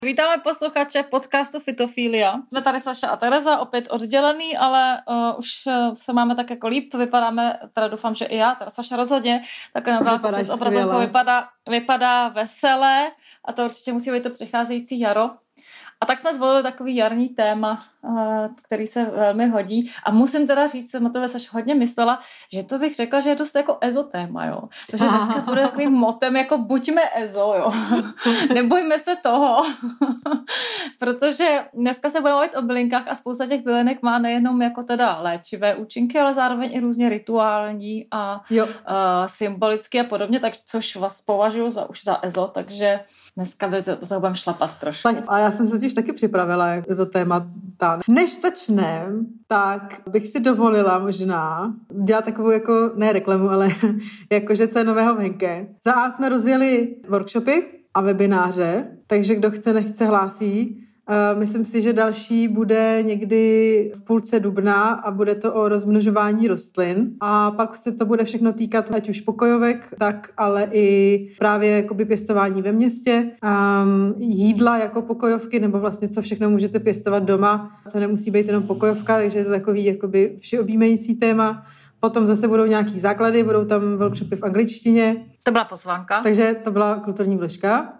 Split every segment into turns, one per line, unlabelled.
Vítáme posluchače podcastu Fitofilia. Jsme tady Saša a Tereza, opět oddělený, ale už se máme tak jako líp, vypadáme, teda doufám, že i já, teda Saša rozhodně, tak na dálku přes obrazovku vypadá veselé a to určitě musí být to přicházející jaro. A tak jsme zvolili takový jarní téma, který se velmi hodí. A musím teda říct, jsem na to Saša hodně myslela, že to bych řekla, že je dost jako ezo téma, jo. Takže dneska bude takovým motem jako buďme ezo, jo. Nebojme se toho. Protože dneska se budeme mluvit o bylinkách a spousta těch bylinek má nejenom jako teda léčivé účinky, ale zároveň i různě rituální a symbolické a podobně, tak což vás považuji už za ezo, takže dneska to budeme šlapat trošku.
A já jsem se totiž taky připravila za témata. Než začneme, tak bych si dovolila možná dělat takovou jako, ne reklamu, ale jakože co je nového venke. Za A jsme rozjeli workshopy a webináře, takže kdo chce, nechce, hlásí. Myslím si, že další bude někdy v půlce dubna a bude to o rozmnožování rostlin. A pak se to bude všechno týkat ať už pokojovek, tak ale i právě jakoby pěstování ve městě, jídla jako pokojovky, nebo vlastně co všechno můžete pěstovat doma, co nemusí být jenom pokojovka, takže je to takový jakoby všeobjímající téma. Potom zase budou nějaký základy, budou tam workshopy v angličtině.
To byla pozvánka.
Takže to byla kulturní vložka.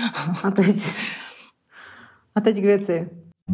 A teď k věci.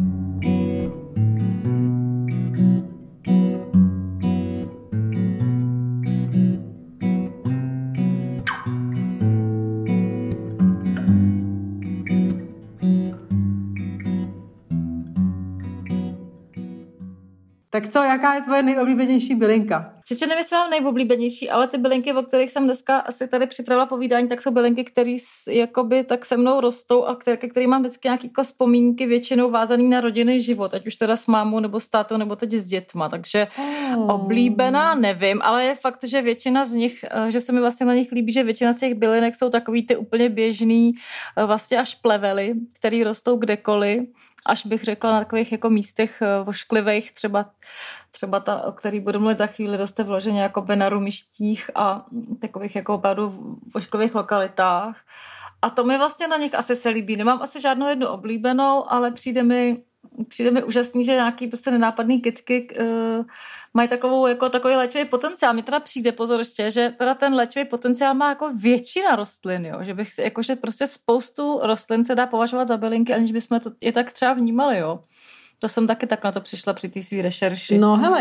Tak co, jaká je tvoje nejoblíbenější bylinka?
Čeče nevysvětlám nejoblíbenější, ale ty bylinky, o kterých jsem dneska asi tady připravila povídání, tak jsou bylinky, které jakoby tak se mnou rostou a které mám vždycky nějaké jako vzpomínky většinou vázaný na rodinný život, ať už teda s mámou nebo s tátou nebo teď s dětma, takže oblíbená nevím, ale je fakt, že většina z nich, že se mi vlastně na nich líbí, že většina z těch bylinek jsou takový ty úplně běžný vlastně až plevely, který rostou kdekoliv, až bych řekla na takových jako místech vošklivých, třeba ta, o který budu mluvit za chvíli, roste vloženě jako na rumištích a takových jako opravdu vošklivých lokalitách. A to mi vlastně na nich asi se líbí. Nemám asi žádnou jednu oblíbenou, ale přijde mi úžasný, že nějaký prostě nenápadný kytky mají takový léčivý potenciál. Mně teda přijde, pozor ještě, že teda ten léčivý potenciál má jako většina rostlin, jo? Že bych si, jakože prostě spoustu rostlin se dá považovat za bylinky, aniž bychom to je tak třeba vnímali, jo. To jsem taky tak na to přišla při té svý rešerši.
No hele,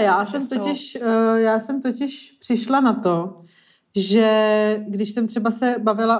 já jsem totiž přišla na to, že když jsem třeba se bavila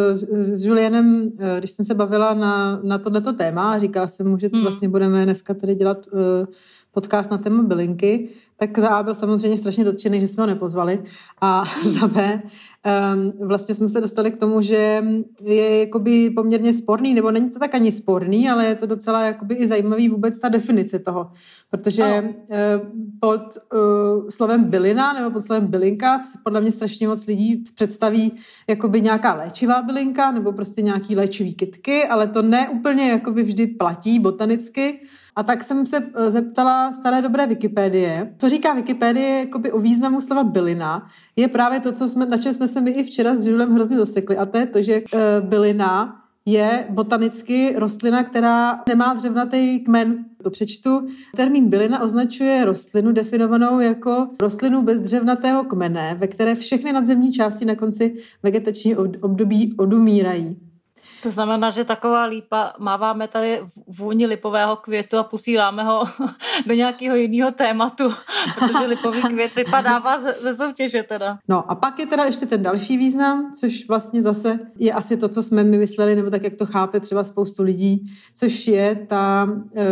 s Julienem, když jsem se bavila na tohleto téma a říkala jsem mu, že vlastně budeme dneska tady dělat podcast na téma bylinky, tak za A byl samozřejmě strašně dotčený, že jsme ho nepozvali a za B vlastně jsme se dostali k tomu, že je jakoby poměrně sporný, nebo není to tak ani sporný, ale je to docela jakoby i zajímavý vůbec ta definice toho, protože pod slovem bylina nebo pod slovem bylinka se podle mě strašně moc lidí představí jakoby nějaká léčivá bylinka nebo prostě nějaký léčivý kytky, ale to ne úplně jakoby vždy platí botanicky. A tak jsem se zeptala staré dobré Wikipedie. Co říká Wikipedie jakoby o významu slova bylina, je právě to, na čem jsme se my i včera s Julem hrozně zasekli. A to je to, že bylina je botanicky rostlina, která nemá dřevnatý kmen. To přečtu. Termín bylina označuje rostlinu definovanou jako rostlinu bez dřevnatého kmene, ve které všechny nadzemní části na konci vegetačního období odumírají.
To znamená, že taková lípa, máváme tady vůni lipového květu a posíláme ho do nějakého jiného tématu, protože lipový květ vypadává ze soutěže teda.
No a pak je teda ještě ten další význam, což vlastně zase je asi to, co jsme my mysleli, nebo tak, jak to chápe třeba spoustu lidí, což je ta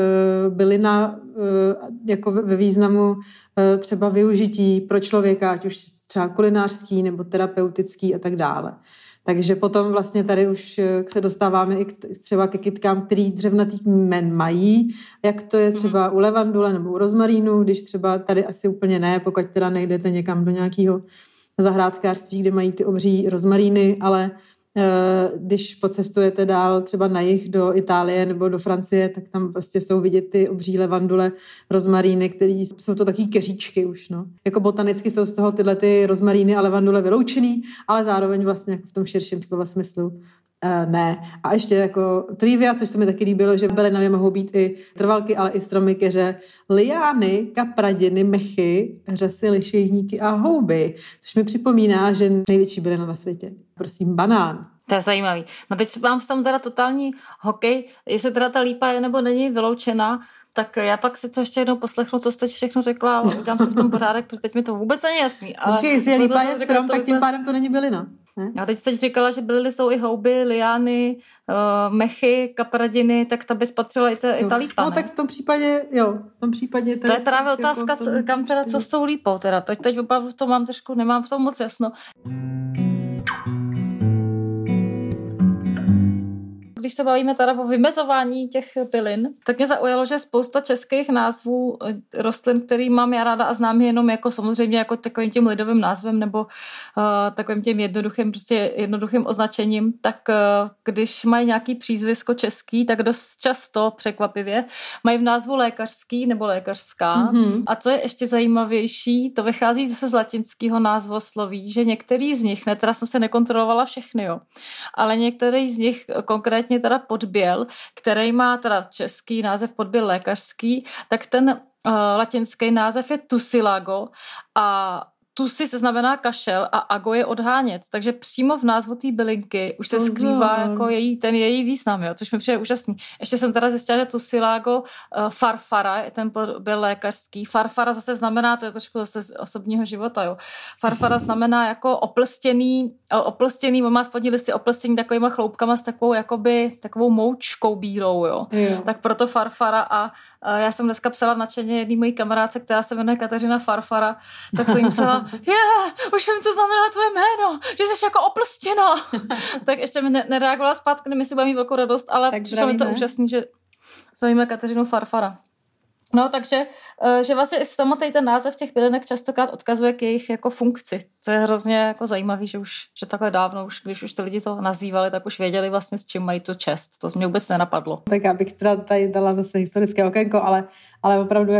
bylina jako ve významu třeba využití pro člověka, ať už třeba kulinářský nebo terapeutický a tak dále. Takže potom vlastně tady už se dostáváme i třeba ke kytkám, který dřevnatý kmen mají, jak to je třeba u levandule nebo u rozmarínu, když třeba tady asi úplně ne, pokud teda nejdete někam do nějakého zahrádkářství, kde mají ty obří rozmaríny, ale když pocestujete dál třeba na jih do Itálie nebo do Francie, tak tam prostě jsou vidět ty obří levandule, rozmaríny, které jsou to taky keříčky už, no. Jako botanicky jsou z toho tyhle ty rozmaríny a levandule vyloučený, ale zároveň vlastně jako v tom širším slova smyslu Ne. A ještě jako trivia, což se mi taky líbilo, že bylinově mohou být i trvalky, ale i stromy, keře, liány, kapradiny, mechy, řasy, lišejníky a houby. Což mi připomíná, že největší bylina na světě. Prosím, banán.
To je zajímavý. No teď mám v tom teda totální hokej, jestli teda ta lípa je nebo není vyloučená, tak já pak si to ještě jednou poslechnu, co jste všechno řekla a udělám si v tom pořádek, protože teď mi to vůbec není jasný. Ale
určitě, jestli lípa je strom, tak tím pádem to není bylina.
Já teď jste říkala, že byliny jsou i houby, liány, mechy, kapradiny, tak ta by spatřila i ta lípa,
no, tak v tom případě, jo. V tom případě
to je právě otázka, jako kam teda, co s tou lípou teda. Teď opravdu to mám trošku, nemám v tom moc jasno. Když se bavíme teda o vymezování těch bylin, tak mě zaujalo, že spousta českých názvů rostlin, který mám já ráda a znám jenom jako samozřejmě jako takovým tím lidovým názvem nebo takovým tím jednoduchým označením, tak když mají nějaký přízvisko český, tak dost často překvapivě mají v názvu lékařský nebo lékařská. Mm-hmm. A co je ještě zajímavější, to vychází zase z latinského názvosloví, že některý z nich, teda jsem se nekontrolovala všechny, jo, ale některý z nich konkrétně teda Podběl, který má teda český název Podběl lékařský, tak ten latinský název je Tussilago a tusi se znamená kašel a ago je odhánět, takže přímo v názvu té bylinky už se skrývá jako její význam, jo, což mi přijde úžasný. Ještě jsem teda zjistila, že Tussilago farfara je ten byl lékařský. Farfara zase znamená, to je trošku zase z osobního života, jo. Farfara znamená jako oplstěný, on má spodní listy oplstěný takovýma chloupkama s takovou moučkou bílou, jo. Tak proto farfara a já jsem dneska psala nadšeně jedný mojí kamarádce, která se jmenuje Kateřina Farfara, tak jsem jim psala, už vím, co znamená tvoje jméno, že jsi jako oplstěná. Tak ještě mi nereagovala zpátky, mi si bude mít velkou radost, ale přišlo mi to úžasný, že zavíme Kateřinu Farfara. No, takže že vlastně i samotný ten název těch bylinek častokrát odkazuje k jejich jako funkci. To je hrozně jako zajímavý, že takhle dávno, když už ty lidi to nazývali, tak už věděli vlastně, s čím mají tu čest. To mě vůbec nenapadlo. Tak
já bych teda tady dala zase historické okénko, ale opravdu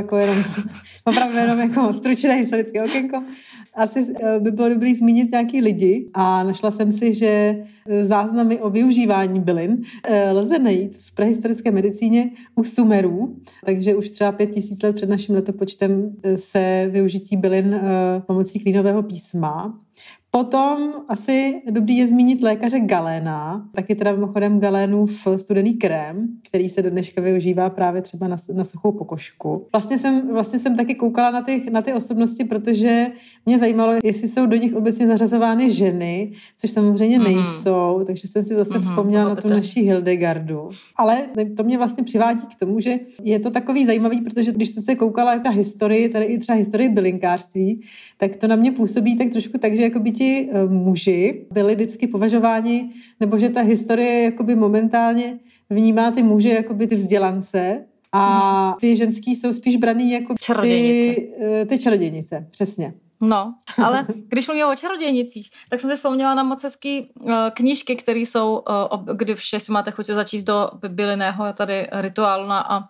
jenom jako stručné historické okénko. Asi by bylo dobrý zmínit nějaký lidi a našla jsem si, že záznamy o využívání bylin lze najít v prehistorické medicíně u Sumerů, takže už třeba 5000 let před naším letopočtem se využití bylin pomocí klínového písma. Potom asi dobrý je zmínit lékaře Galéna, taky teda mimochodem Galénův studený krém, který se do dneška využívá právě třeba na suchou pokožku. Vlastně jsem taky koukala na ty osobnosti, protože mě zajímalo, jestli jsou do nich obecně zařazovány ženy, což samozřejmě nejsou, takže jsem si zase vzpomněla na tu naší Hildegardu. Ale to mě vlastně přivádí k tomu, že je to takový zajímavý, protože když jsem se koukala na historii, tady i třeba historii bylinkářství, tak to na mě působí tak trošku tak, že jakoby ti muži byli vždycky považováni, nebo že ta historie jakoby momentálně vnímá ty muže jakoby ty vzdělance a ty ženský jsou spíš braný jako ty čarodějnice, přesně.
No, ale když mluvíme o čarodějnicích, tak jsem si vzpomněla na moc hezký knížky, které jsou, když si máte chuť začíst do bylinného tady Rituálna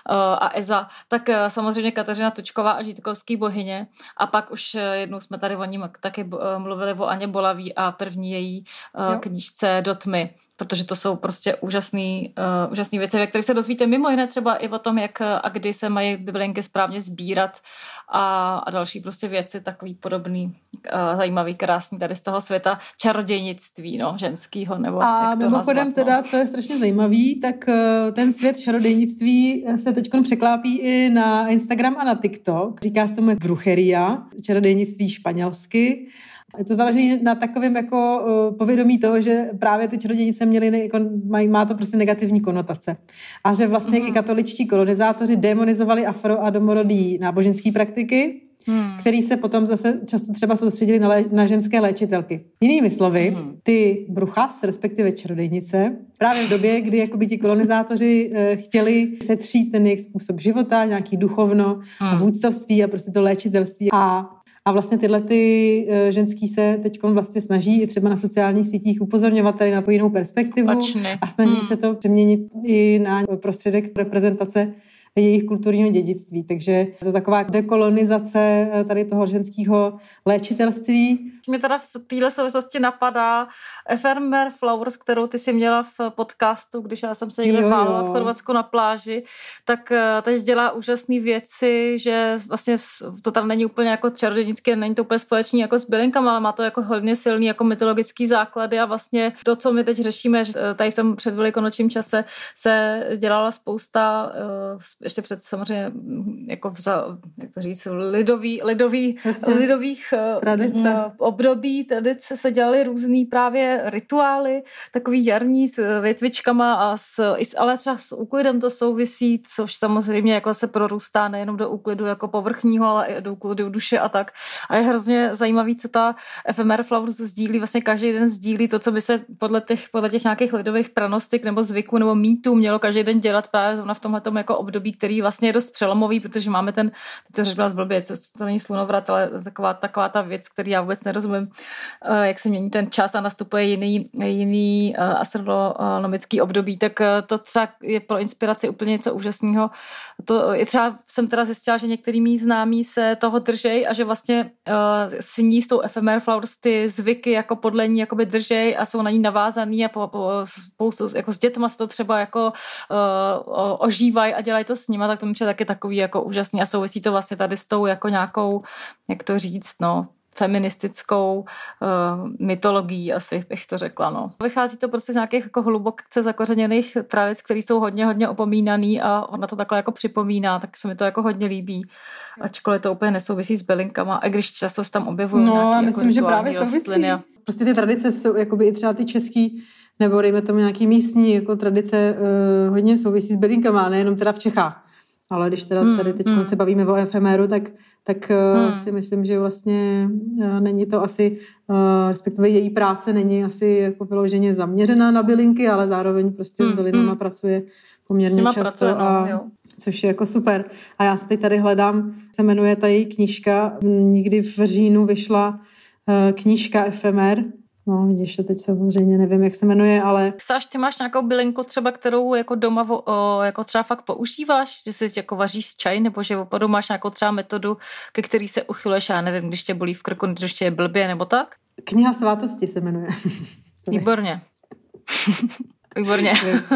a Eza, tak samozřejmě Kateřina Tučková a Žítkovský bohyně. A pak už jednou jsme tady o ní taky mluvili o Aně Bolavý a první její knížce Do tmy. Protože to jsou prostě úžasný věci, ve kterých se dozvíte mimo jiné třeba i o tom, jak a kdy se mají bylinky správně sbírat a další prostě věci takový podobný, zajímavý, krásný tady z toho světa čarodějnictví, ženskýho nebo
a
jak to
mimochodem
nazvat,
teda, co je strašně zajímavý, tak ten svět čarodějnictví se teďkon překlápí i na Instagram a na TikTok. Říká se tomu brujería, čarodějnictví španělsky. To záleží na takovém jako povědomí toho, že právě ty čarodějnice měly, má to prostě negativní konotace. A že vlastně i katoličtí kolonizátoři demonizovali afro- a domorodý náboženské praktiky, který se potom zase často třeba soustředili na ženské léčitelky. Jinými slovy, ty bruchas, respektive čarodějnice, právě v době, kdy jakoby ti kolonizátoři chtěli setřít ten jejich způsob života, nějaký duchovno, vůdcovství a prostě to léčitelství a vlastně tyhle ty ženský se teď vlastně snaží i třeba na sociálních sítích upozorňovat tady na jinou perspektivu a snaží se to přeměnit i na prostředek reprezentace jejich kulturního dědictví. Takže je to taková dekolonizace tady toho ženského léčitelství.
Mě teda v téhle souvislosti napadá Ephemer Flowers, kterou ty si měla v podcastu, když já jsem se někde válela v Chorvatsku na pláži, tak teď dělá úžasné věci, že vlastně to tam není úplně jako čarodějnické, není to úplně společný jako s bylinkama, ale má to jako hodně silný jako mytologický základy a vlastně to, co my teď řešíme, že tady v tom předvelikonočním čase se dělala spousta, ještě před samozřejmě jako jak to říct, lidových období tradice se dělaly různý právě rituály, takový jarní s větvičkama ale třeba s úklidem to souvisí, což samozřejmě jako se prorůstá nejenom do úklidu jako povrchního, ale i do úklidu duše a tak. A je hrozně zajímavý, co ta Ephemer Flowers sdílí, vlastně každý den sdílí to, co by se podle těch nějakých lidových pranostik nebo zvyků nebo mýtů mělo každý den dělat právě v tomhletom jako období, který vlastně je dost přelomový, protože máme teď to řekla zblbě, to není slunovrat, ale taková ta věc, který já vůbec nerozumím, jak se mění ten čas a nastupuje jiný astronomický období, tak to třeba je pro inspiraci úplně něco úžasného. To je třeba, jsem teda zjistila, že některý mý známí se toho držej a že vlastně si ní s tou Ephemer Flowers ty zvyky jako podle ní jakoby držej a jsou na ní navázaný a spoustu, jako s dětma se to třeba jako ožívají a dělají to s nima, tak to mi je taky takový jako úžasný a souvisí to vlastně tady s tou jako nějakou, jak to říct, feministickou mytologií, asi bych to řekla. Vychází to prostě z nějakých jako hluboce zakořeněných tradic, které jsou hodně opomínaný a ona to takhle jako připomíná, tak se mi to jako hodně líbí. Ačkoliv to úplně nesouvisí s bylinkama, a když často se tam objevují nějaký
myslím,
jako
že právě souvisí. Prostě ty tradice jsou jakoby i třeba ty český, nebo dejme tomu nějaký místní jako tradice hodně souvisí s bylinkama, nejenom teda v Čechách. Ale když teda tady teď se bavíme o efeméru, tak si myslím, že vlastně není to asi, respektive její práce není asi jako vyloženě zaměřená na bylinky, ale zároveň prostě s bylinama pracuje poměrně často, což je jako super. A já se teď tady hledám, se jmenuje ta její knížka, někdy v říjnu vyšla knížka Ephemer. No, vidíš, teď samozřejmě nevím, jak se jmenuje, ale...
Sáš, ty máš nějakou bylinku třeba, kterou jako doma jako třeba fakt používáš? Že si jako vaříš čaj, nebo že opravdu máš nějakou třeba metodu, ke který se uchyluješ, já nevím, když tě bolí v krku, když ještě je blbě, nebo tak?
Kniha svátosti se jmenuje.
Výborně. Výborně.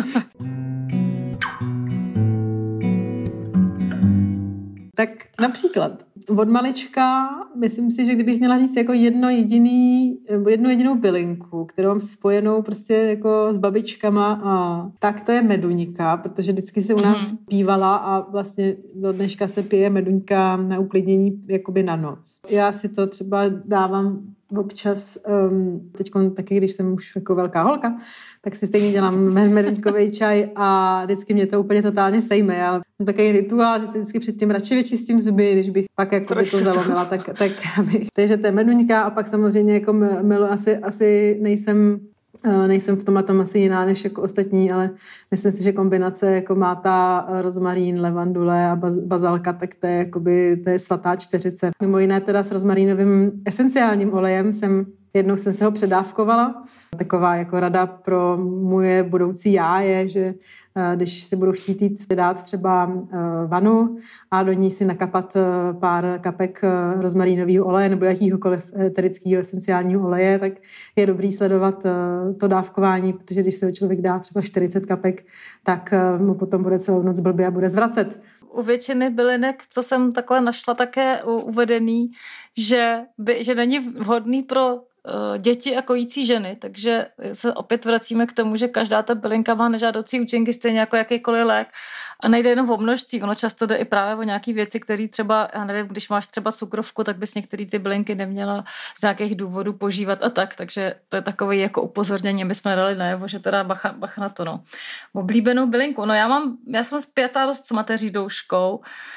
Tak například od malička, myslím si, že kdybych měla říct jako jednu jedinou bylinku, kterou mám spojenou prostě jako s babičkama, tak to je meduňka, protože vždycky se u nás pívala a vlastně do dneška se pije meduňka na uklidnění jakoby na noc. Já si to třeba dávám občas, teď taky, když jsem už jako velká holka, tak si stejně dělám meduňkový čaj a vždycky mě to úplně totálně sejme. Já mám takový rituál, že si vždycky předtím radši vyčistím zuby, když bych pak jako by to zalomila, tak abych. Takže to je meduňka a pak samozřejmě jako milu asi nejsem v tomhle tom asi jiná než jako ostatní, ale myslím si, že kombinace jako máta, rozmarín, levandule a bazalka, tak to je svatá čtyřice. Mimo jiné teda s rozmarínovým esenciálním olejem jednou jsem se ho předávkovala. Taková jako rada pro moje budoucí já je, že když si budu chtít jít dát třeba vanu a do ní si nakapat pár kapek rozmarínového oleje nebo jakýhokoliv eterického esenciálního oleje, tak je dobrý sledovat to dávkování, protože když se ho člověk dá třeba 40 kapek, tak mu potom bude celou noc blbě a bude zvracet.
U většiny bylinek, co jsem takhle našla, také uvedený, že není vhodný pro děti a kojící ženy, takže se opět vracíme k tomu, že každá ta bylinka má nežádoucí účinky stejně jako jakýkoliv lék a nejde jenom o množství, ono často jde i právě o nějaký věci, které třeba, já nevím, když máš třeba cukrovku, tak bys některé ty bylinky neměla z nějakých důvodů požívat a tak, takže to je takové jako upozornění, my jsme dali najevo, že teda bacha na to, Oblíbenou bylinku, já jsem zpětá dost s mateří douškou,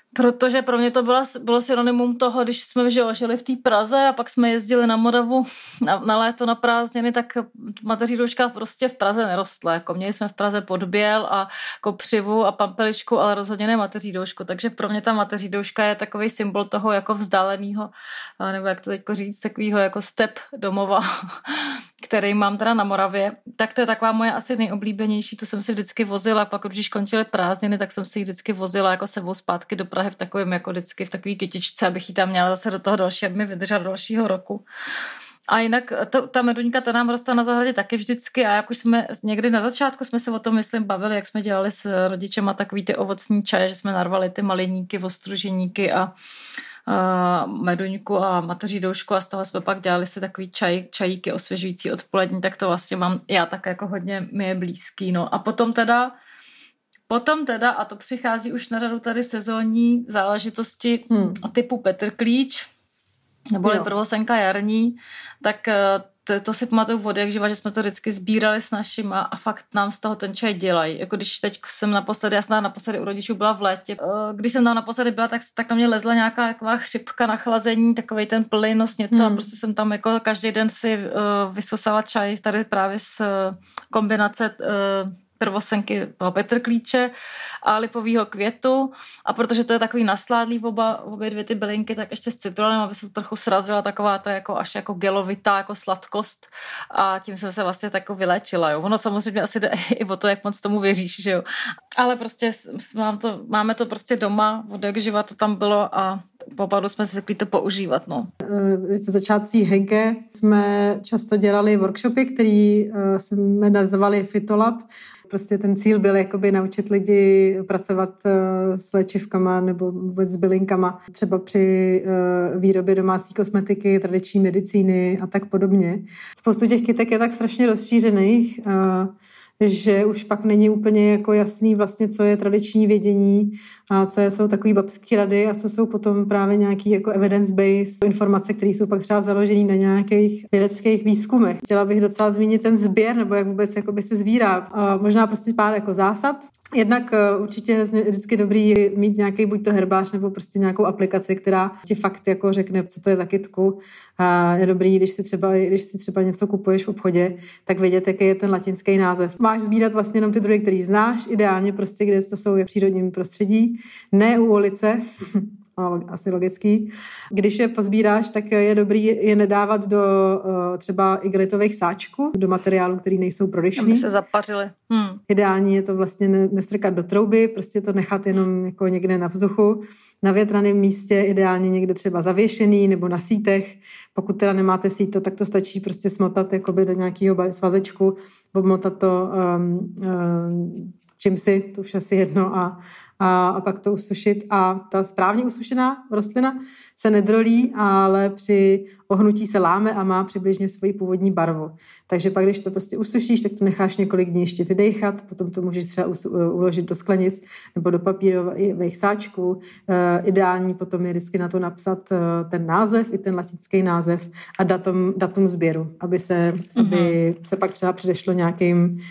Protože pro mě to bylo synonymum toho, když jsme žili v té Praze a pak jsme jezdili na Moravu na léto na prázdniny, tak mateří douška prostě v Praze nerostla. Jako měli jsme v Praze Podběl a kopřivu a pampeličku, ale rozhodně ne mateří doušku. Takže pro mě ta mateří douška je takový symbol toho jako vzdáleného, nebo jak to teďko říct, takového jako step domova, který mám teda na Moravě. Tak to je taková moje asi nejoblíbenější, tu jsem si vždycky vozila, pak když končily prázdniny, tak jsem si ji vždycky vozila jako sebou zpátky do Prahy v takovém jako vždycky v takový kytičce, abych ji tam měla zase do toho další, aby mi vydržela do dalšího roku. A jinak ta meduňka, ta nám roste na zahradě taky vždycky a jak už jsme někdy na začátku jsme se o tom, myslím, bavili, jak jsme dělali s rodičema takový ty ovocní čaje, že jsme narvali ty maliníky, ostruženíky a meduňku a mateří doušku a z toho jsme pak dělali si takový čajíky osvěžující odpolední, tak to vlastně mám já tak jako hodně mi je blízký. No. A potom teda, a to přichází už na řadu tady sezónní záležitosti typu Petr Klíč, neboli prvosenka jarní, tak to si pamatuju od jak živa, že jsme to vždycky sbírali s našima a fakt nám z toho ten čaj dělají. Jako když teď jsem naposledy u rodičů byla v létě. Když jsem tam naposledy byla, tak na mě lezla nějaká taková chřipka na chlazení, takovej ten plynnost něco a prostě jsem tam jako každý den si vysosala čaj tady právě z kombinace prvosenky toho Petr Klíče a lipovýho květu a protože to je takový nasládlý obě dvě ty bylinky, tak ještě s citronem, aby se to trochu srazila taková ta jako až jako gelovitá jako sladkost a tím jsem se vlastně tak vyléčila. Jo. Ono samozřejmě asi jde i o to, jak moc tomu věříš, že jo. Ale prostě máme to prostě doma, od jak živa to tam bylo a opravdu jsme zvyklí to používat. No.
V začátcích Henke jsme často dělali workshopy, který jsme nazvali Fitolab. Prostě ten cíl byl jakoby naučit lidi pracovat s léčivkama nebo vůbec s bylinkama, třeba při výrobě domácí kosmetiky, tradiční medicíny a tak podobně. Spoustu těch kytek je tak strašně rozšířených, že už pak není úplně jako jasný vlastně, co je tradiční vědění a co jsou takový babský rady a co jsou potom právě nějaký jako evidence-based informace, které jsou pak třeba založené na nějakých vědeckých výzkumech. Chtěla bych docela zmínit ten sběr, nebo jak vůbec jakoby se sbírá. A možná prostě pár jako zásad. Jednak určitě je vždycky dobrý mít nějaký buď to herbář nebo prostě nějakou aplikaci, která ti fakt jako řekne, co to je za kytku. A je dobrý, když si třeba něco kupuješ v obchodě, tak vědět, jaký je ten latinský název. Máš sbírat vlastně jenom ty druhy, který znáš, ideálně prostě, kde to jsou v přírodním prostředí, ne u ulice, asi logický. Když je pozbíráš, tak je dobrý je nedávat do třeba igelitových sáčků, do materiálů, který nejsou prodyšný.
Aby se zapařily.
Ideální je to vlastně nestrkat do trouby, prostě to nechat jenom jako někde na vzduchu, na větraném místě, ideálně někde třeba zavěšený nebo na sítech. Pokud teda nemáte síto, tak to stačí prostě smotat jakoby do nějakého svazečku, obmotat to čímsi, to už asi jedno a pak to usušit. A ta správně usušená rostlina se nedrolí, ale při ohnutí se láme a má přibližně svoji původní barvu. Takže pak, když to prostě usušíš, tak to necháš několik dní ještě vydejchat, potom to můžeš třeba uložit do sklenic nebo do papírových sáčků. Ideální potom je vždycky na to napsat ten název, i ten latinský název a datum sběru, aby se pak třeba předešlo nějakým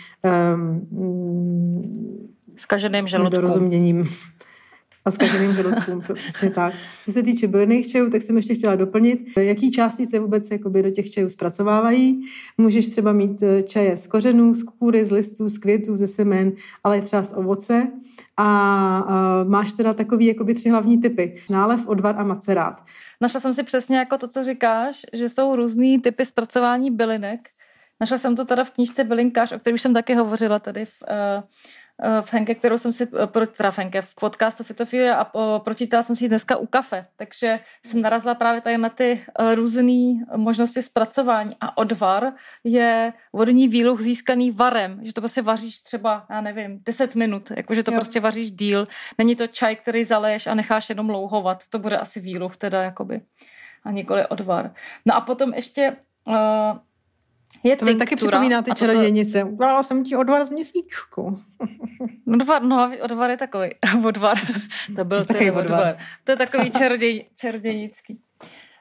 zkaženým žaludkům.
Nedorozuměním a zkaženým žaludkům, přesně tak. Co se týče bylinných čajů, tak jsem ještě chtěla doplnit, jaký částice vůbec jakoby do těch čajů zpracovávají. Můžeš třeba mít čaje z kořenů, z kůry, z listů, z květů, ze semen, ale i třeba z ovoce. A máš teda takový jakoby 3 hlavní typy. Nálev, odvar a macerát.
Našla jsem si přesně jako to, co říkáš, že jsou různý typy zpracování bylinek. Našla jsem to teda v knížce Bylinkář, o kterém jsem taky hovořila tady v Henke, kterou jsem si, v podcastu Fitofilia a pročítala jsem si ji dneska u kafe, takže jsem narazila právě tady na ty různé možnosti zpracování a odvar je vodní výluh získaný varem, že to prostě vaříš třeba, 10 minut, jakože to prostě vaříš díl, není to čaj, který zaleješ a necháš jenom louhovat, to bude asi výluh teda jakoby a nikoli odvar. No a potom ještě je
to mi taky připomíná ty čarodějnice. Udělala jsem ti odvar z měsíčku.
Odvar je takový. Odvar. To byl celý odvar. To je takový čarodějnický.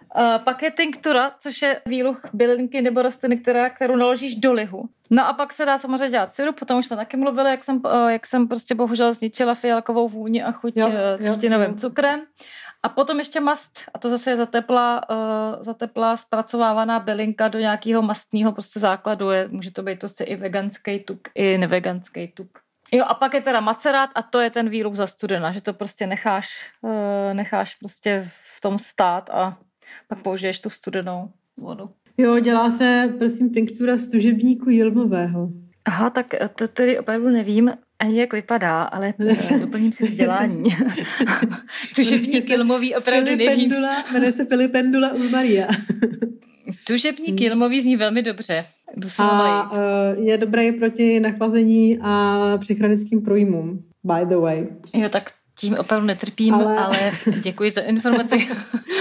Pak je tinktura, což je výluch bylinky nebo rostliny, kterou naložíš do lihu. No a pak se dá samozřejmě dělat sirup, potom už jsme taky mluvili, jak jsem prostě bohužel zničila fialkovou vůni a chuť třtinovým cukrem. A potom ještě mast, a to zase je zateplá zpracovávaná bylinka do nějakého mastného prostě základu. Může to být prostě i veganský tuk, i neveganský tuk. Jo, a pak je teda macerát a to je ten výluch za studena, že to prostě necháš prostě v tom stát a pak použiješ tu studenou vodu.
Jo, dělá se, prosím, tinktura z tužebníku jilmového.
Aha, tak to tedy opravdu nevím ani jak vypadá, ale doplním si vzdělání. Tužebník jilmový opravdu nevím.
Jmenuje se Filipendula ulmaria.
Tužebník jilmový zní velmi dobře.
A je dobrý proti nachlazení a přechranickým průjmům, by the way.
Jo, tak tím opravdu netrpím, ale děkuji za informaci.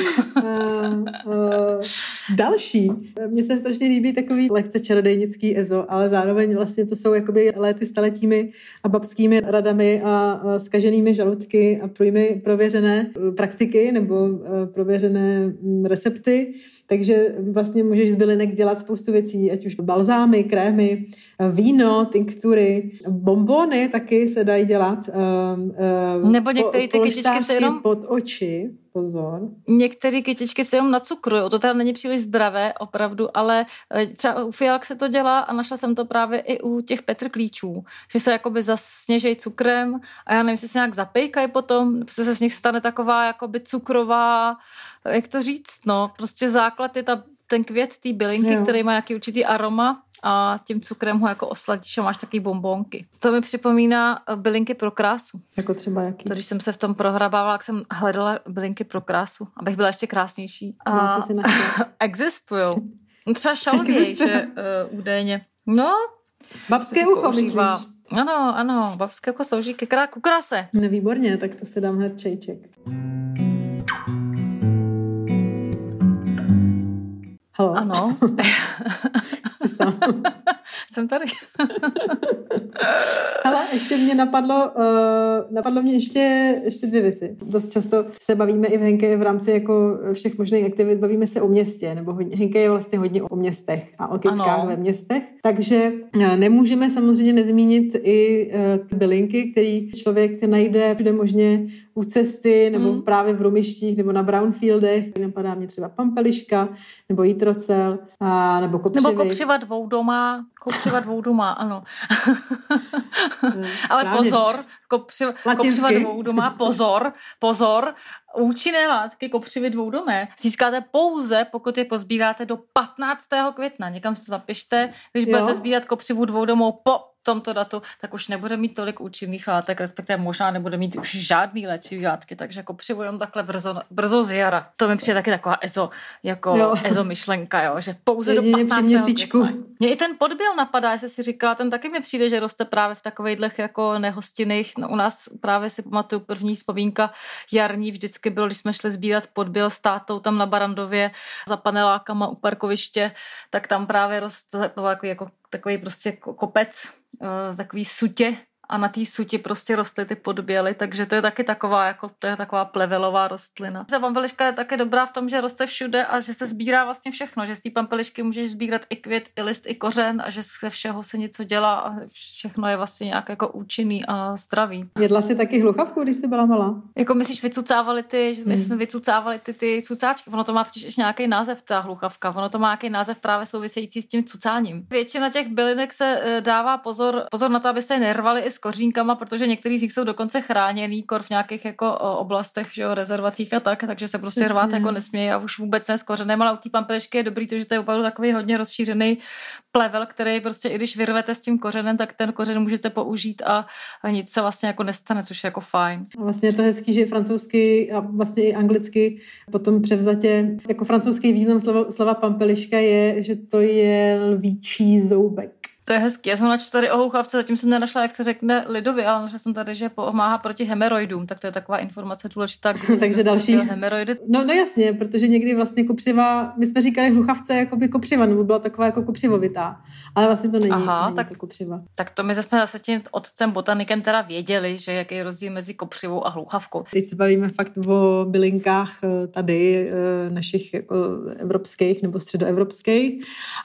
Další. Mně se strašně líbí takový lehce čarodejnický ezo, ale zároveň vlastně to jsou jakoby léty staletími a babskými radami a zkaženými žaludky a průjmy prověřené praktiky nebo prověřené recepty. Takže vlastně můžeš z bylinek dělat spoustu věcí, ať už balzámy, krémy, víno, tinktury, bonbony taky se dají dělat.
Nebo některé ty kytičky se jenom
pod oči. Pozor.
Některé kytičky se jenom nacukrujou, to teda není příliš zdravé, opravdu, ale třeba u fialk se to dělá a našla jsem to právě i u těch petrklíčů, že se jakoby zasněžejí cukrem a já nevím, jestli se nějak zapejkají potom, prostě se z nich stane taková jakoby cukrová, jak to říct, no, prostě základ je ten květ té bylinky, který má nějaký určitý aroma a tím cukrem ho jako osladíš a máš taky bonbonky. To mi připomíná bylinky pro krásu.
Jako třeba jaký?
To, když jsem se v tom prohrabávala, jak jsem hledala bylinky pro krásu, abych byla ještě krásnější.
A co si našla?
Existujou. Třeba šalvěj, že údajně. No.
Babské ucho, myslíš?
Ano, babské ucho slouží ku kráse.
No, výborně, tak to si dám hned čejček. Halo.
Ano.
Jsi tam?
Jsem tady.
Hele, ještě mě napadlo mě ještě dvě věci. Dost často se bavíme i v Henke v rámci jako všech možných aktivit, bavíme se o městě, nebo Henke je vlastně hodně o městech a o kytkách ve městech. Takže nemůžeme samozřejmě nezmínit i bylinky, který člověk najde všude možně u cesty, nebo právě v rumištích, nebo na brownfieldech. Napadá mě třeba pampeliška, nebo jitrocel, nebo kopřivy.
Nebo kopřiva dvoudoma, ano. Ale pozor, kopřiva dvoudoma, pozor, účinné látky kopřivy dvoudomé získáte pouze, pokud je pozbíráte do 15. května. Někam si to zapište, když budete sbírat kopřivu dvoudomou po tomto datu, tak už nebude mít tolik účinných látek, respektive možná nebude mít už žádný léčivý látky, takže kopřivu jenom takhle brzo z jara. To mi přijde taky taková ezo myšlenka, jo, že pouze do 15. května. Mě i ten podběl napadá, jestli si říkala, ten taky mi přijde, že roste právě v takovejhlech jako nehostinných. No, u nás právě si pamatuju první vzpomínka jarní vždycky bylo, když jsme šli sbírat podběl s tátou tam na Barandově za panelákama u parkoviště, tak tam právě roste takový prostě kopec, takový sutě a na té suti prostě rostly ty podběly, takže to je taky taková plevelová rostlina. Ta pampeliška je také dobrá v tom, že roste všude a že se sbírá vlastně všechno, že z té pampelišky můžeš sbírat i květ, i list, i kořen a že ze všeho se něco dělá a všechno je vlastně nějak jako účinný a zdravý.
Jedla jsi taky hluchavku, když jsi byla malá?
Jako myslíš, my jsme vycucávali ty cucáčky, ono to má totiž ještě nějaký název, ta hluchavka, ono to má nějaký název právě související s tím cucáním. Většina těch bylinek se dává pozor na to, aby se nervali i s kořínkama, protože některý z nich jsou dokonce chráněný v nějakých jako oblastech, že jo, rezervacích a tak, takže se prostě rvát jako nesmějí a už vůbec ne s kořenem, ale u té pampelišky je dobrý to, že to je opravdu takový hodně rozšířený plevel, který prostě i když vyrvete s tím kořenem, tak ten kořen můžete použít a nic se vlastně jako nestane, což je jako fajn.
A vlastně je to hezký, že francouzsky a vlastně i anglicky potom převzatě, jako francouzský význam slova pampeliška je, že to je lvíčí zoubek.
To je hezký. Já jsem načtu tady o hluchavce, zatím jsem nenašla, jak se řekne lidově, ale našla jsem tady, že pomáhá proti hemeroidům, tak to je taková informace důležitá.
Takže další.
Hemeroidy.
No jasně, protože někdy vlastně kopřiva, my jsme říkali hluchavce jako by kopřiva, nebo byla taková jako kopřivovitá, ale vlastně to není.
Aha,
není to kopřiva.
Tak to my jsme zase s tím otcem botanikem teda věděli, že jaký je rozdíl mezi kopřivou a hluchavkou.
Teď se bavíme fakt o bylinkách tady našich jako evropských nebo středoevropských,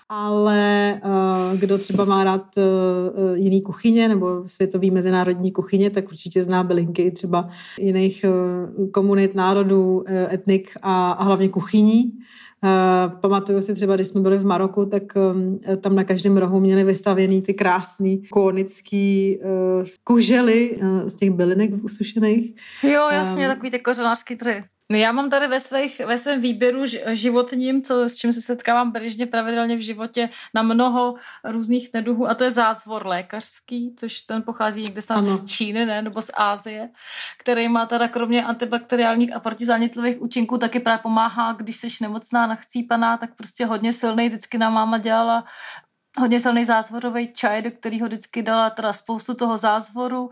ale kdo třeba má rád jiný kuchyně nebo světový mezinárodní kuchyně, tak určitě zná bylinky třeba jiných komunit, národů, etnik a hlavně kuchyní. Pamatuju si třeba, když jsme byli v Maroku, tak tam na každém rohu měli vystavěný ty krásný kónický kužely z těch bylinek usušených.
Jo, jasně, takový ty kořenářský trhy. Já mám tady ve svém výběru životním, s čím se setkávám běžně pravidelně v životě na mnoho různých neduhů, a to je zázvor lékařský, což ten pochází někde snad z Číny, ne, nebo z Asie, který má teda kromě antibakteriálních a protizánětlivých účinků taky právě pomáhá, když jsi nemocná, nachcípaná, tak prostě hodně silný, vždycky nám máma dělala hodně silný zázvorový čaj, do kterého vždycky dala teda spoustu toho zázvoru,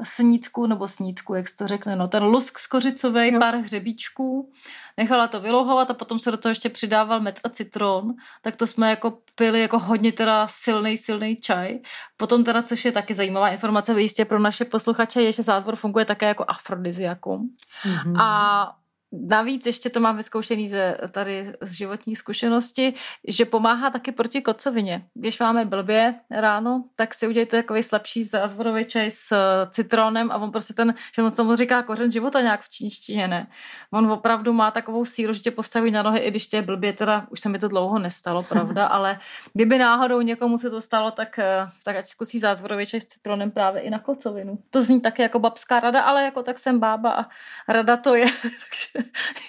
snídku, jak se to řekne, no ten lusk skořicovej, pár hřebíčků, nechala to vylouhovat a potom se do toho ještě přidával med a citron, tak to jsme jako pili jako hodně teda silný čaj. Potom teda, což je taky zajímavá informace, jistě pro naše posluchače, je, že zázvor funguje také jako afrodiziakum. Mm-hmm. A navíc ještě to mám vyzkoušený z životní zkušenosti, že pomáhá taky proti kocovině. Když máme blbě ráno, tak si udělejte takový slabší zázvorový čaj s citronem a on prostě že on tomu říká kořen života nějak v čínštině, ne? On opravdu má takovou sílu, že tě postaví na nohy, i když tě je blbě, teda už se mi to dlouho nestalo, pravda, ale kdyby náhodou někomu se to stalo, tak ať zkusí zázvorový čaj s citronem právě i na kocovinu. To zní taky jako babská rada, ale jako tak jsem bába a rada to je, takže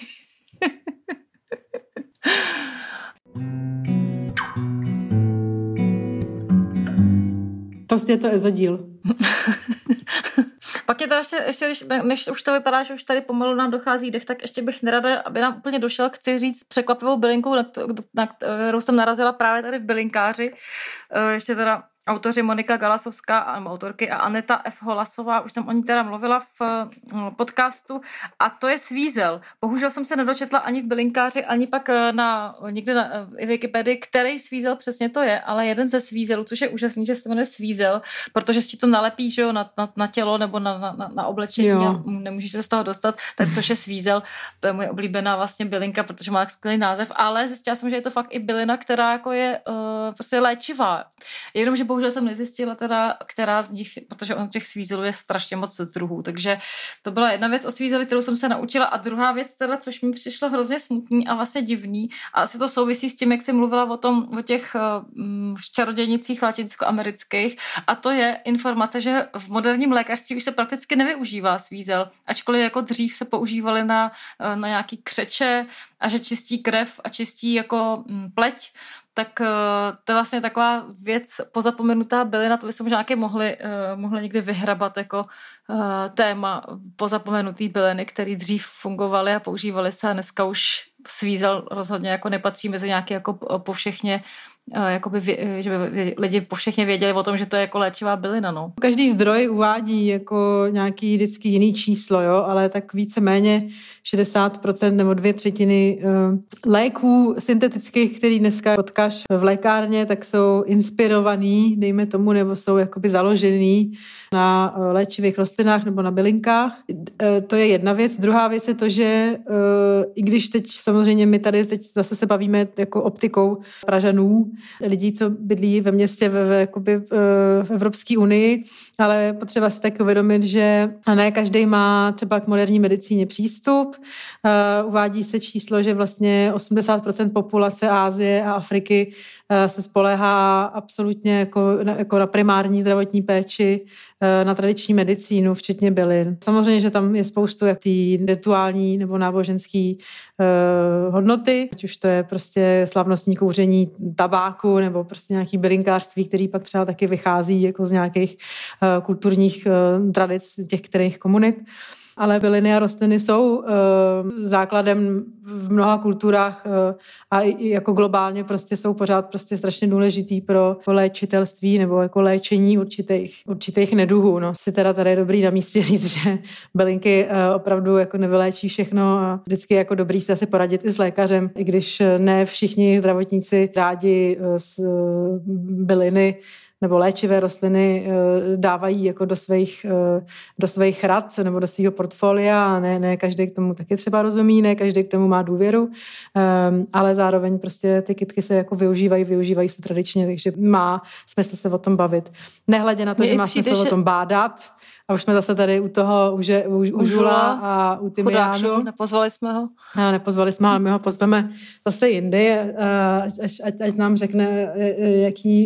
Prostě to je za díl.
Pak je teda ještě než už to vypadá, že už tady pomalu nám dochází dech, tak ještě bych nerada, aby nám úplně došel, chci říct překvapivou bylinku, na kterou jsem narazila právě tady v bylinkáři. Ještě teda autoři Monika Galasovská, autorky, a Aneta F. Holasová, už jsem o ní teda mluvila v podcastu, a to je svízel. Bohužel jsem se nedočetla ani v bylinkáři, ani pak někde na Wikipedii, který svízel přesně to je, ale jeden ze svízelů, což je úžasný, že se jmenuje svízel, protože si to nalepí, že jo, na tělo nebo na oblečení a nemůžeš se z toho dostat, tak což je svízel, to je moje oblíbená vlastně bylinka, protože má tak skvělý název, ale zjistila jsem, že je to fakt i bylina, která jako je prostě léčivá. Jenomže bohužel jsem nezjistila teda, která z nich, protože on těch svízelů je strašně moc druhů, takže to byla jedna věc o svízeli, kterou jsem se naučila, a druhá věc teda, což mi přišlo hrozně smutný a vlastně divný, a asi to souvisí s tím, jak jsi mluvila o těch čarodějnicích latinskoamerických, a to je informace, že v moderním lékařství už se prakticky nevyužívá svízel, ačkoliv jako dřív se používaly na nějaký křeče a že čistí krev a čistí jako pleť, tak to je vlastně taková věc pozapomenutá bylina, to by se možná nějaké mohli někdy vyhrabat jako téma pozapomenutý byliny, které dřív fungovaly a používaly se, a dneska už svízel rozhodně jako nepatří mezi nějaké jako povšechně, jakoby, že by lidi povšechně věděli o tom, že to je jako léčivá bylina, no.
Každý zdroj uvádí jako nějaký vždycky jiný číslo, jo, ale tak víceméně 60% nebo 2/3 léků syntetických, který dneska potkáš v lékárně, tak jsou inspirovaný, dejme tomu, nebo jsou jakoby založený na léčivých rostlinách nebo na bylinkách. To je jedna věc. Druhá věc je to, že i když teď samozřejmě my tady teď zase se bavíme jako optikou Pražanů, lidí, co bydlí ve městě v Evropské unii, ale potřeba si tak uvědomit, že ne každý má třeba k moderní medicíně přístup. Uvádí se číslo, že vlastně 80% populace Asie a Afriky se spoléhá absolutně jako na primární zdravotní péči, na tradiční medicínu, včetně bylin. Samozřejmě, že tam je spoustu jak ty rituální nebo náboženský hodnoty, ať už to je prostě slavnostní kouření tabáku nebo prostě nějaký bylinkářství, který pak třeba taky vychází jako z nějakých kulturních tradic těch kterých komunit. ale byliny a rostliny jsou základem v mnoha kulturách a i jako globálně prostě jsou pořád prostě strašně důležitý pro léčitelství nebo jako léčení určitých neduhů. No. Si teda tady je dobrý na místě říct, že bylinky opravdu jako nevyléčí všechno a vždycky jako dobrý se asi poradit i s lékařem, i když ne všichni zdravotníci rádi z byliny nebo léčivé rostliny dávají jako do svých rad nebo do svého portfolia a ne každý k tomu taky třeba rozumí, ne každý k tomu má důvěru, ale zároveň prostě ty kytky se jako využívají se tradičně, takže má smysl se o tom bavit. Nehledě na to, že má smysl o tom bádat. A už jsme zase tady u toho u Žula a u Tymiánu.
Nepozvali jsme ho.
Nepozvali jsme ho, ale my ho pozveme zase jindy, ať nám řekne, jaký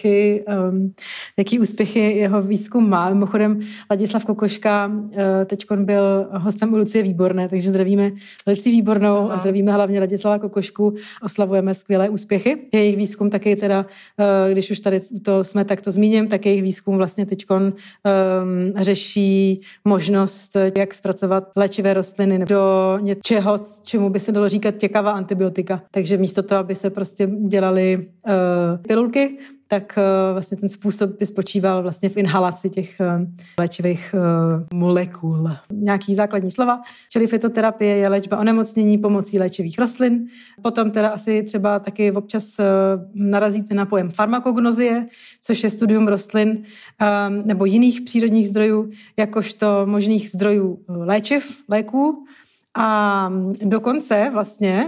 úspěchy jeho výzkum má. Mimochodem Ladislav Kokoška teďkon byl hostem u Lucie Výborné, takže zdravíme Lucii Výbornou a zdravíme hlavně Ladislava Kokošku. Oslavujeme skvělé úspěchy. Jejich výzkum taky teda, když už tady to jsme takto zmíním, tak jejich výzkum vlastně teďkon řeší možnost, jak zpracovat léčivé rostliny do něčeho, čemu by se dalo říkat těkavá antibiotika. Takže místo toho, aby se prostě dělaly pilulky, tak vlastně ten způsob by spočíval vlastně v inhalaci těch léčivých molekul. Nějaký základní slova, čili fytoterapie je léčba onemocnění pomocí léčivých rostlin. Potom teda asi třeba taky občas narazíte na pojem farmakognozie, což je studium rostlin nebo jiných přírodních zdrojů, jakožto možných zdrojů léků. A dokonce vlastně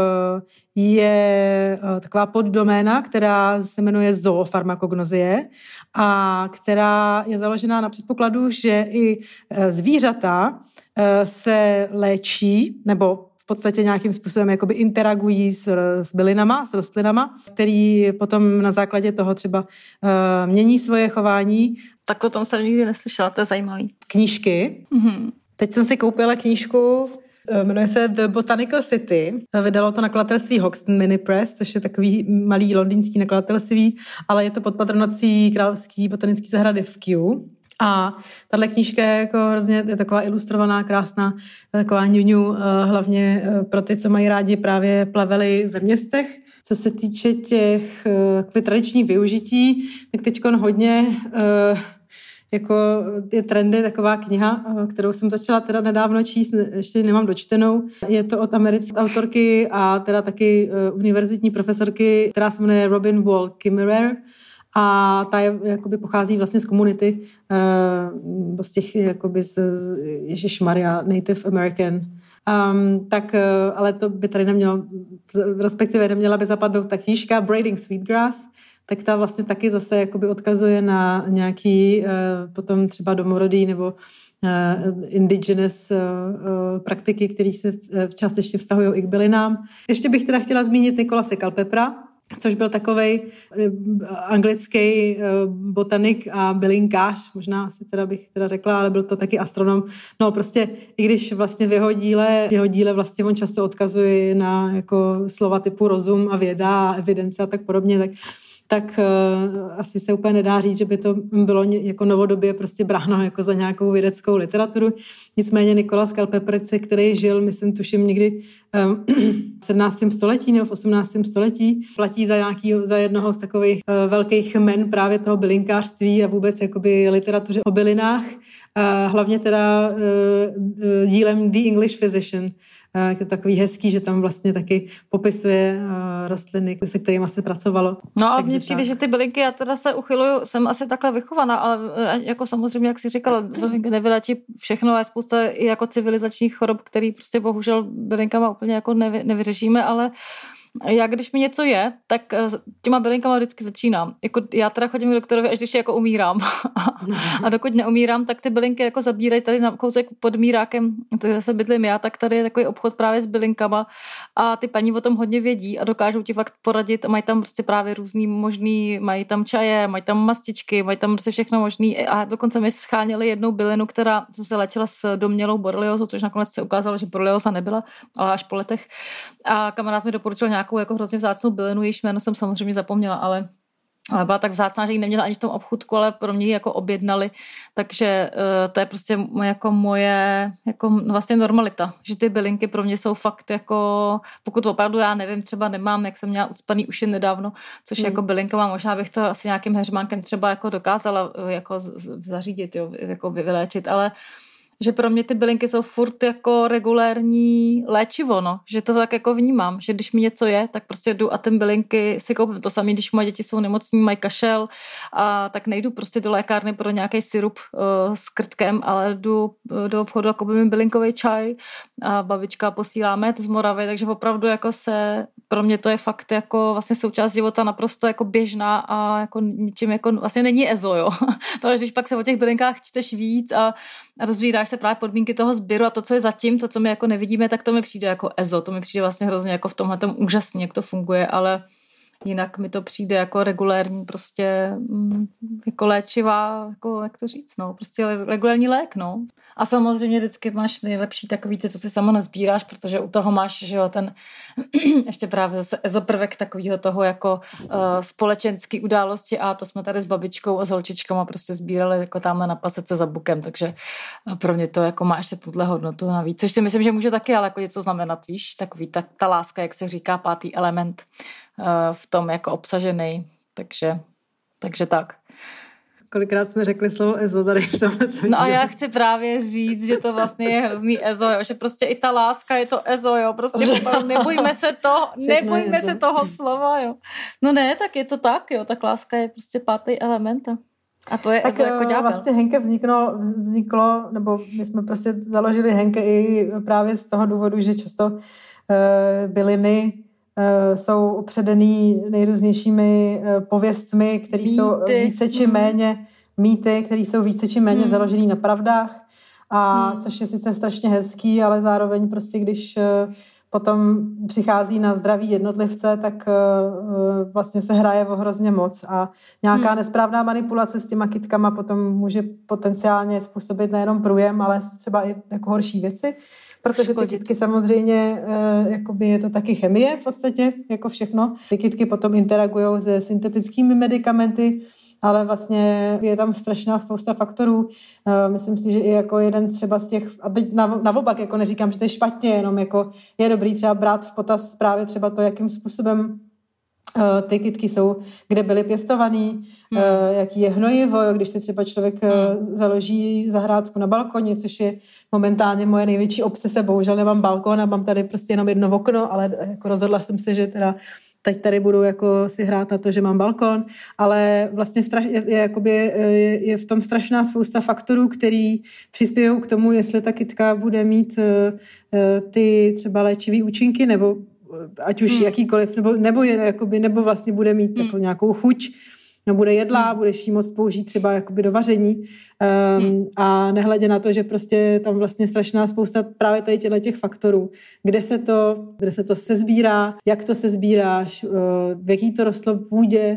je taková poddoména, která se jmenuje zoofarmakognozie a která je založená na předpokladu, že i zvířata se léčí nebo v podstatě nějakým způsobem jakoby interagují s bylinama, s rostlinama, který potom na základě toho třeba mění svoje chování.
Tak o tom jsem nikdy neslyšela, to je zajímavý.
Knížky. Mm-hmm. Teď jsem si koupila knížku, jmenuje se The Botanical City. Vydalo to nakladatelství Hoxton Mini Press, což je takový malý londýnský nakladatelství, ale je to pod patronací Královské botanické zahrady v Kew. A tahle knížka je jako hrozně je taková ilustrovaná, krásná, taková ňuňu, hlavně pro ty, co mají rádi právě plavely ve městech. Co se týče těch tradičních využití, tak teďkon hodně jako je trendy, taková kniha, kterou jsem začala teda nedávno číst, ještě nemám dočtenou. Je to od americké autorky a teda taky univerzitní profesorky, která se jmenuje Robin Wall Kimmerer. A ta jakoby pochází vlastně z komunity, z těch jakoby Ježišmarja, Native American. Ale to by tady nemělo, respektive neměla by zapadnout ta knížka Braiding Sweetgrass, tak ta vlastně taky zase jakoby odkazuje na nějaký potom třeba domorodý nebo indigenous praktiky, které se částečně vztahují i k bylinám. Ještě bych teda chtěla zmínit Nicolase Culpepra, což byl takovej anglický botanik a bylinkář, možná asi teda bych teda řekla, ale byl to taky astronom. No prostě, i když vlastně v jeho díle vlastně on často odkazuje na jako slova typu rozum a věda a evidence a tak podobně, tak asi se úplně nedá říct, že by to bylo jako novodobě prostě bráno jako za nějakou vědeckou literaturu. Nicméně Nicolas Culpeper, který žil, myslím, tuším někdy v 17. století nebo v 18. století, platí za jednoho z takových velkých men právě toho bylinkářství a vůbec jakoby literatuře o bylinách. Hlavně teda dílem The English Physician. Je to takový hezký, že tam vlastně taky popisuje rostliny, se kterými se pracovalo.
No ale mně přijde, že ty bylinky, já teda se uchyluju, jsem asi takhle vychovaná, ale jako samozřejmě, jak jsi říkala, nevyléčí všechno a je spousta i jako civilizačních chorob, který prostě bohužel bylinkama úplně jako nevyřešíme, ale já, když mi něco je, tak těma bylinkama vždycky začínám. Jako já teda chodím k doktorovi, až když jako umírám. A dokud neumírám, tak ty bylinky jako zabírají tady na kousek pod Mírákem, kde se bydlím já, tak tady je takový obchod právě s bylinkama a ty paní o tom hodně vědí a dokážou ti fakt poradit a mají tam prostě právě různý možný, mají tam čaje, mají tam mastičky, mají tam prostě všechno možný a dokonce mi scháněli jednou bylinu, která se léčila s domnělou boreliózou, což nakonec se ukázalo, že borelióza nebyla, ale až po letech. A kamarád mi doporučil nějakou jako hrozně vzácnou bylinu, jejíž jméno jsem samozřejmě zapomněla, ale ale byla tak vzácná, že ji neměla ani v tom obchůdku, ale pro mě ji jako objednali, takže to je prostě jako moje jako vlastně normalita, že ty bylinky pro mě jsou fakt jako, pokud opravdu já nevím, třeba nemám, jak jsem měla ucpaný uši nedávno, což jako bylinkama, možná bych to asi nějakým heřmánkem třeba jako dokázala jako zařídit, jo, jako vyléčit, ale že pro mě ty bylinky jsou furt jako regulérní léčivo, no. Že to tak jako vnímám, že když mi něco je, tak prostě jdu a ty bylinky si koupím. To samé, když moje děti jsou nemocní, mají kašel, a tak nejdu prostě do lékárny pro nějaký sirup s krtkem, ale jdu do obchodu a koupím bylinkový čaj a babička posíláme to z Moravy, takže opravdu jako pro mě to je fakt jako vlastně součást života naprosto jako běžná a jako ničím jako vlastně není ezo, jo. To, když pak se o těch bylinkách čteš víc a rozvíráš se právě podmínky toho sběru a to, co je zatím, to, co my jako nevidíme, tak to mi přijde jako ezo, to mi přijde vlastně hrozně jako v tomhletom úžasný, jak to funguje, ale jinak mi to přijde jako regulérní prostě jako léčivá, jako jak to říct, no, prostě regulérní lék, no. A samozřejmě vždycky máš nejlepší takový ty, co si sama nazbíráš, protože u toho máš, že jo, ten ještě právě zase ezoprvek takovýho toho jako společenský události a to jsme tady s babičkou a s holčičkama prostě sbírali jako tamhle na pasece za bukem, takže pro mě to jako má ještě tuhle hodnotu navíc, což si myslím, že může taky ale jako něco znamenat, víš, takový ta láska, jak se říká, 5. element v tom jako obsažený, takže tak.
Kolikrát jsme řekli slovo ezo tady v tomhle.
No a já chci právě říct, že to vlastně je hrozný ezo, jo, že prostě i ta láska je to ezo, jo, prostě nebojme se toho slova, jo. No ne, tak je to tak, jo, tak láska je prostě 5. element a to je tak ezo jako ďábel.
Vlastně Henke vzniklo, nebo my jsme prostě založili Henke i právě z toho důvodu, že často byliny jsou opředený nejrůznějšími pověstmi, které jsou více či méně mýty, které jsou více či méně založený na pravdách, a což je sice strašně hezký, ale zároveň prostě když potom přichází na zdraví jednotlivce, tak vlastně se hraje o hrozně moc a nějaká nesprávná manipulace s těma kytkama potom může potenciálně způsobit nejenom průjem, ale třeba i jako horší věci. Protože ty kytky samozřejmě, jakoby je to taky chemie v podstatě, jako všechno. Ty kytky potom interagují se syntetickými medicamenty, ale vlastně je tam strašná spousta faktorů. Myslím si, že i jako jeden třeba z těch, a teď naopak, jako neříkám, že to je špatně, jenom jako je dobrý třeba brát v potaz právě třeba to, jakým způsobem ty kytky jsou, kde byly pěstovaný, jaký je hnojivo, když se třeba člověk založí zahrádku na balkoně, což je momentálně moje největší obsese, bohužel nemám balkon a mám tady prostě jenom jedno okno, ale jako rozhodla jsem se, že teda teď tady budu jako si hrát na to, že mám balkon, ale vlastně je v tom strašná spousta faktorů, který přispějí k tomu, jestli ta kytka bude mít ty třeba léčivý účinky, nebo ať už jakýkoliv, nebo vlastně bude mít jako nějakou chuť, no bude jedlá, budeš jí moc použít třeba jakoby do vaření a nehledě na to, že prostě tam vlastně strašná spousta právě tady těch faktorů, kde se to sezbírá, jak to sezbíráš, v jaký to rostlo v půdě,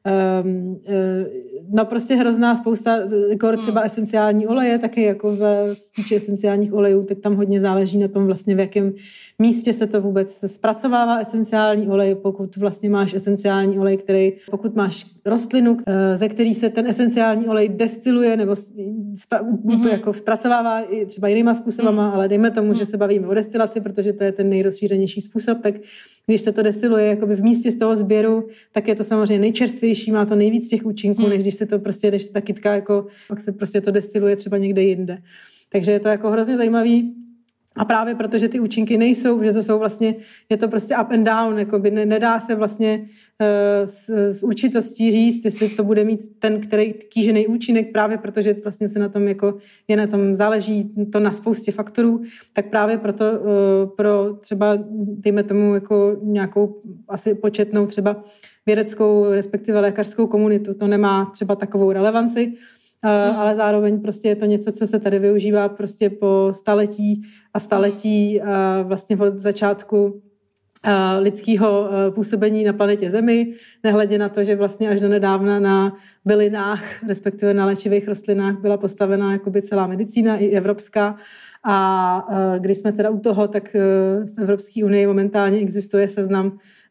no prostě hrozná spousta, jako třeba esenciální oleje, taky jako co se týče esenciálních olejů, tak tam hodně záleží na tom vlastně, v jakém místě se to vůbec zpracovává esenciální olej, pokud vlastně máš esenciální olej, pokud máš rostlinu, ze který se ten esenciální olej destiluje nebo jako zpracovává i třeba jinýma způsobama, ale dejme tomu, že se bavíme o destilaci, protože to je ten nejrozšířenější způsob, tak když se to destiluje jakoby v místě z toho sběru, tak je to samozřejmě nejčerstvější, má to nejvíc těch účinků, než když se to prostě, když ta kytka jako, pak se prostě to destiluje třeba někde jinde. Takže je to jako hrozně zajímavý. A právě protože ty účinky nejsou, že to jsou vlastně, je to prostě up and down, jakoby nedá se vlastně s určitostí říct, jestli to bude mít ten, který kýžený účinek, právě protože vlastně se na tom jako, je na tom záleží to na spoustě faktorů, tak právě proto pro třeba, dejme tomu jako nějakou asi početnou třeba vědeckou, respektive lékařskou komunitu, to nemá třeba takovou relevanci, ale zároveň prostě je to něco, co se tady využívá prostě po staletí a staletí a vlastně od začátku lidského působení na planetě Zemi, nehledě na to, že vlastně až do nedávna na bylinách, respektive na léčivých rostlinách byla postavená jakoby celá medicína, i evropská. A když jsme teda u toho, tak v Evropské unii momentálně existuje seznam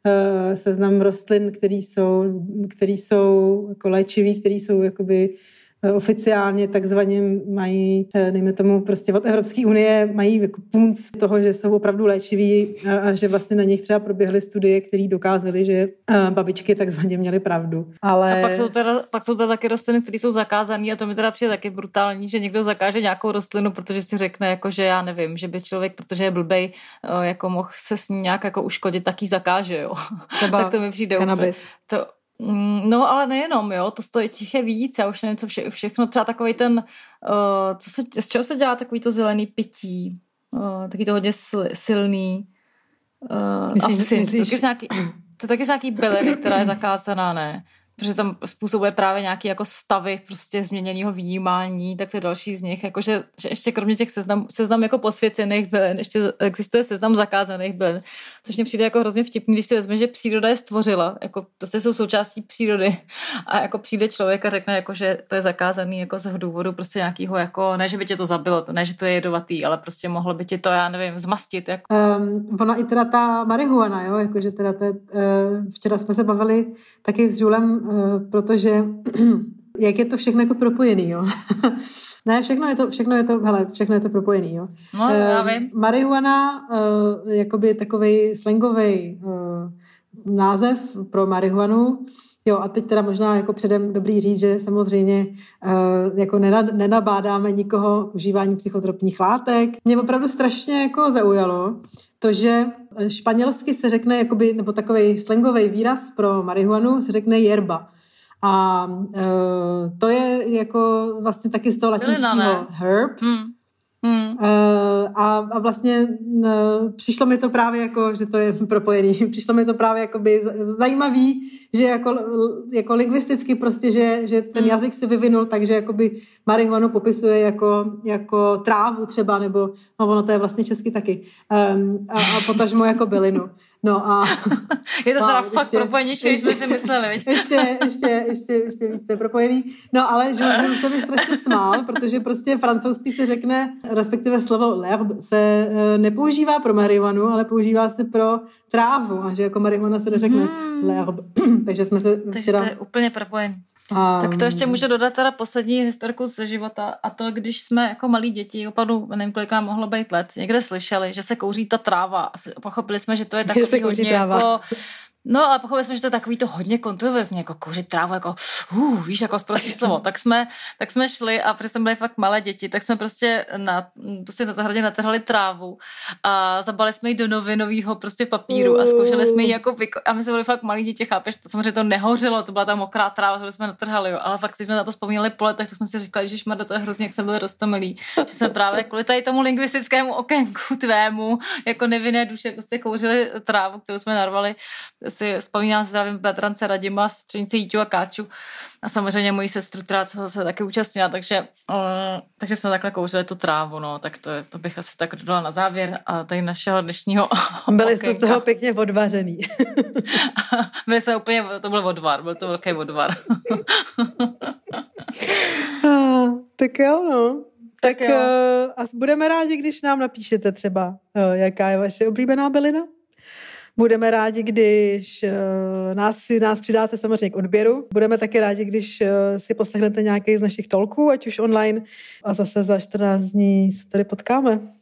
seznam rostlin, který jsou jako léčivý, který jsou jakoby oficiálně takzvaně mají, dejme tomu prostě od Evropské unie, mají jako punc toho, že jsou opravdu léčiví a že vlastně na nich třeba proběhly studie, které dokázaly, že babičky takzvaně měly pravdu. Ale...
A pak jsou teda taky rostliny, které jsou zakázané a to mi teda přijde taky brutální, že někdo zakáže nějakou rostlinu, protože si řekne, jako, že já nevím, že by člověk, protože je blbej, jako mohl se s ní nějak jako uškodit, tak ji zakáže, jo.
Třeba
tak to mi přijde
cannabis.
No, ale nejenom, jo, to stojí těch je víc, já už nevím, co všechno, třeba takový ten, z čeho se dělá takový to zelený pití, taky to hodně silný,
Myslíš?
To taky z nějaký byliny, která je zakázaná, ne? Protože tam způsobuje právě nějaký jako stavy prostě změněného vnímání, tak to je další z nich, jakože že ještě kromě těch seznam jako posvěcených bylin, ještě existuje seznam zakázaných bylin, což mě přijde jako hrozně vtipný, když si vezme, že příroda je stvořila, jako to jsou součástí přírody a jako přijde člověk a řekne, jako, že to je zakázaný jako z důvodu prostě nějakého, jako, ne, že by tě to zabilo, ne, že to je jedovatý, ale prostě mohlo by tě to, já nevím, zmastit. Jako.
Ona i teda ta marihuana, jo, jakože teda včera jsme se bavili taky s Žulem, protože jak je to všechno jako propojený, jo. Ne, všechno je to propojený, jo.
No, já vím.
Marihuana, jakoby takovej slangovej název pro marihuanu, jo, a teď teda možná jako předem dobrý říct, že samozřejmě jako nenabádáme nikoho užívání psychotropních látek. Mě opravdu strašně jako zaujalo to, že španělsky se řekne, jakoby, nebo takovej slangový výraz pro marihuanu se řekne yerba. A to je jako vlastně taky z toho latinského herb. A vlastně přišlo mi to právě jako, že to je propojený. Přišlo mi to právě jakoby zajímavý, že jako lingvisticky prostě, že ten jazyk se vyvinul, takže jakoby marihuanu popisuje jako trávu třeba, nebo no ono to je vlastně česky taky. A potažmo jako bylinu. No a...
Je to teda fakt propojenější, než jsme si mysleli.
Ještě víc to propojený. No ale že už se mi strašně smál, protože prostě francouzsky se řekne, respektive slovo l'herbe se nepoužívá pro marihuanu, ale používá se pro trávu a že jako marihuana se neřekne l'herbe. Takže jsme se včera...
Takže to je úplně propojený. Tak to ještě můžu dodat teda poslední historku ze života a to, když jsme jako malí děti, opravdu nevím, kolik nám mohlo být let, někde slyšeli, že se kouří ta tráva a pochopili jsme, že to je takový hodně jako... No, ale pochopili jsme, že to je takový to hodně kontroverzní, jako kouřit trávu, jako víš, jako prostý slovo. Tak jsme šli a protože jsme byli fakt malé děti, tak jsme prostě na zahradě natrhali trávu a zabali jsme ji do novinového prostě papíru a zkoušeli jsme ji jako a my jsme byli fakt malí děti, chápeš, to samozřejmě to nehořelo, to byla ta mokrá tráva, kterou jsme natrhali, jo, ale fakt, když jsme na to vzpomínali po letech, tak jsme si říkali, že to je hrozně, jak jsme byli roztomilí, že jsme právě kvůli tady tomu lingvistickému okénku tvému, jako nevinné duše, prostě kouřili trávu, kterou jsme narvali. Si vzpomínám, zdravím Petrance, Radima, sestřenici Jíťu a Káču a samozřejmě moji sestru, která se taky účastnila, takže jsme takhle kouřili tu trávu, no, tak to bych asi tak dodala na závěr a tady našeho dnešního
Byli jste z toho pěkně odvařený.
Byli jsme úplně, to byl odvar, byl to velký odvar.
Tak jo, no. Tak a budeme rádi, když nám napíšete třeba, jaká je vaše oblíbená bylina. Budeme rádi, když nás přidáte samozřejmě k odběru. Budeme taky rádi, když si poslechnete nějaký z našich talků, ať už online. A zase za 14 dní se tady potkáme.